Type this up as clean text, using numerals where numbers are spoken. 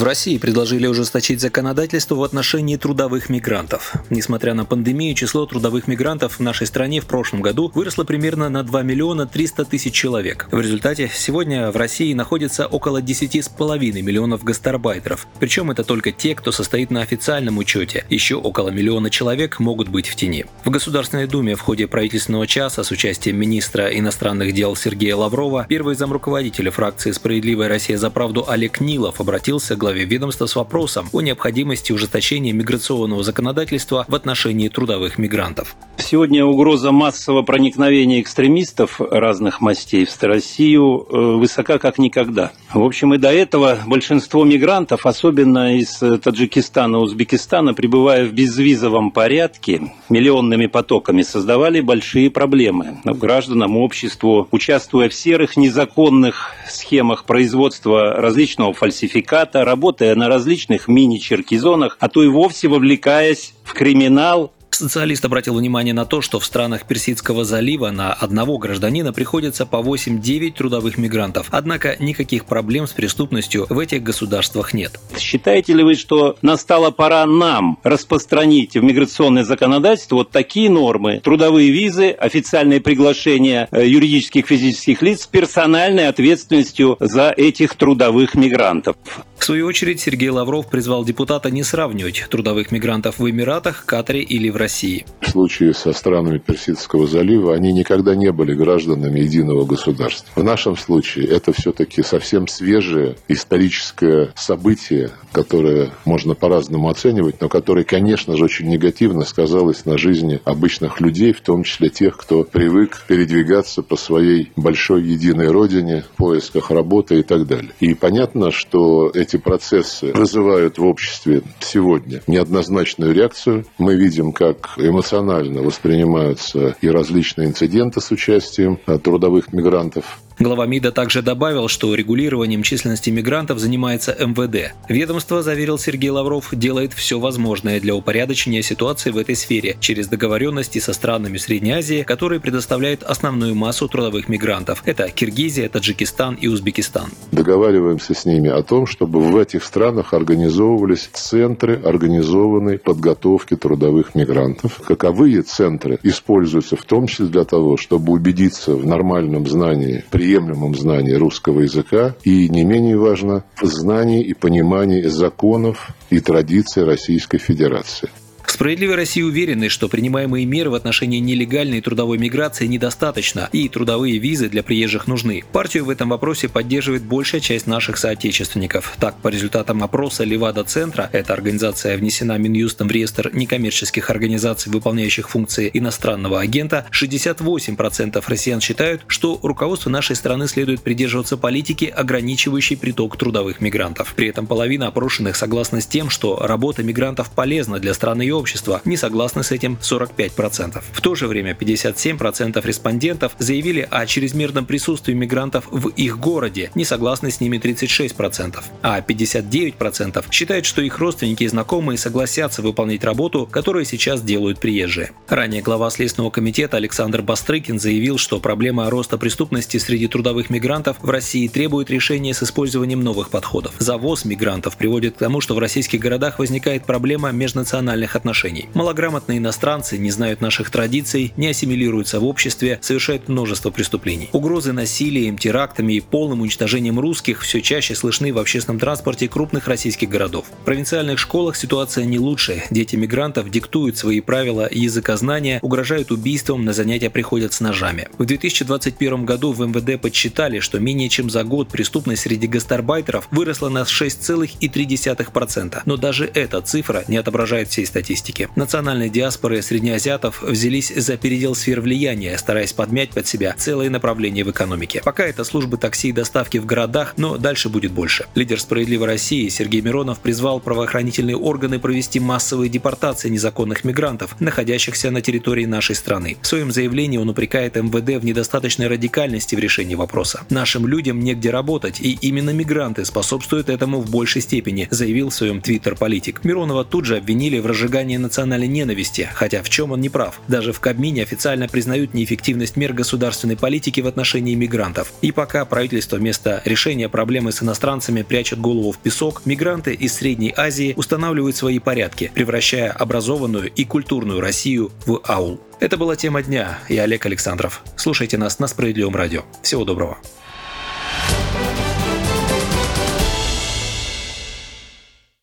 В России предложили ужесточить законодательство в отношении трудовых мигрантов. Несмотря на пандемию, число трудовых мигрантов в нашей стране в прошлом году выросло примерно на 2 миллиона 300 тысяч человек. В результате сегодня в России находится около 10,5 миллионов гастарбайтеров. Причем это только те, кто состоит на официальном учете. Еще около миллиона человек могут быть в тени. В Государственной Думе в ходе правительственного часа с участием министра иностранных дел Сергея Лаврова первый замруководителя фракции «Справедливая Россия за правду» Олег Нилов обратился к главе ведомства с вопросом о необходимости ужесточения миграционного законодательства в отношении трудовых мигрантов. Сегодня угроза массового проникновения экстремистов разных мастей в Россию высока как никогда. В общем, и до этого большинство мигрантов, особенно из Таджикистана, Узбекистана, пребывая в безвизовом порядке, миллионными потоками создавали большие проблемы гражданам, обществу, участвуя в серых, незаконных схемах производства различного фальсификата, работая на различных мини-черкизонах, а то и вовсе вовлекаясь в криминал. Социалист обратил внимание на то, что в странах Персидского залива на одного гражданина приходится по 8-9 трудовых мигрантов. Однако никаких проблем с преступностью в этих государствах нет. Считаете ли вы, что настала пора нам распространить в миграционное законодательство вот такие нормы? Трудовые визы, официальные приглашения юридических физических лиц с персональной ответственностью за этих трудовых мигрантов. В свою очередь Сергей Лавров призвал депутата не сравнивать трудовых мигрантов в Эмиратах, Катаре или в России. В случае со странами Персидского залива они никогда не были гражданами единого государства. В нашем случае это все-таки совсем свежее историческое событие, которое можно по-разному оценивать, но которое, конечно же, очень негативно сказалось на жизни обычных людей, в том числе тех, кто привык передвигаться по своей большой единой родине в поисках работы и так далее. И понятно, что эти процессы вызывают в обществе сегодня неоднозначную реакцию. Мы видим, как эмоционально воспринимаются и различные инциденты с участием трудовых мигрантов. Глава МИДа также добавил, что регулированием численности мигрантов занимается МВД. Ведомство, заверил Сергей Лавров, делает все возможное для упорядочения ситуации в этой сфере через договоренности со странами Средней Азии, которые предоставляют основную массу трудовых мигрантов. Это Киргизия, Таджикистан и Узбекистан. Договариваемся с ними о том, чтобы в этих странах организовывались центры организованной подготовки трудовых мигрантов. Каковые центры используются в том числе для того, чтобы убедиться в нормальном знании, приемлемом знании русского языка и, не менее важно, в знании и понимании законов и традиций Российской Федерации. В «Справедливой России» уверены, что принимаемые меры в отношении нелегальной трудовой миграции недостаточно, и трудовые визы для приезжих нужны. Партию в этом вопросе поддерживает большая часть наших соотечественников. Так, по результатам опроса Левада-центра, эта организация внесена Минюстом в реестр некоммерческих организаций, выполняющих функции иностранного агента, 68% россиян считают, что руководству нашей страны следует придерживаться политики, ограничивающей приток трудовых мигрантов. При этом половина опрошенных согласна с тем, что работа мигрантов полезна для страны и общества, не согласны с этим 45%. В то же время 57% респондентов заявили о чрезмерном присутствии мигрантов в их городе, не согласны с ними 36%, а 59% считают, что их родственники и знакомые согласятся выполнять работу, которую сейчас делают приезжие. Ранее глава Следственного комитета Александр Бастрыкин заявил, что проблема роста преступности среди трудовых мигрантов в России требует решения с использованием новых подходов. Завоз мигрантов приводит к тому, что в российских городах возникает проблема межнациональных отношений. Малограмотные иностранцы не знают наших традиций, не ассимилируются в обществе, совершают множество преступлений. Угрозы насилием, терактами и полным уничтожением русских все чаще слышны в общественном транспорте крупных российских городов. В провинциальных школах ситуация не лучше. Дети мигрантов диктуют свои правила языкознания, угрожают убийством, на занятия приходят с ножами. В 2021 году в МВД подсчитали, что менее чем за год преступность среди гастарбайтеров выросла на 6,3%. Но даже эта цифра не отображает всей статистики. Национальные диаспоры среднеазиатов взялись за передел сфер влияния, стараясь подмять под себя целые направления в экономике. Пока это службы такси и доставки в городах, но дальше будет больше. Лидер «Справедливой России» Сергей Миронов призвал правоохранительные органы провести массовые депортации незаконных мигрантов, находящихся на территории нашей страны. В своем заявлении он упрекает МВД в недостаточной радикальности в решении вопроса. «Нашим людям негде работать, и именно мигранты способствуют этому в большей степени», заявил в своем твиттер политик. Миронова тут же обвинили в разжигании разжигания национальной ненависти, хотя в чем он не прав. Даже в Кабмине официально признают неэффективность мер государственной политики в отношении мигрантов. И пока правительство вместо решения проблемы с иностранцами прячет голову в песок, мигранты из Средней Азии устанавливают свои порядки, превращая образованную и культурную Россию в аул. Это была тема дня. Я Олег Александров. Слушайте нас на Справедливом радио. Всего доброго.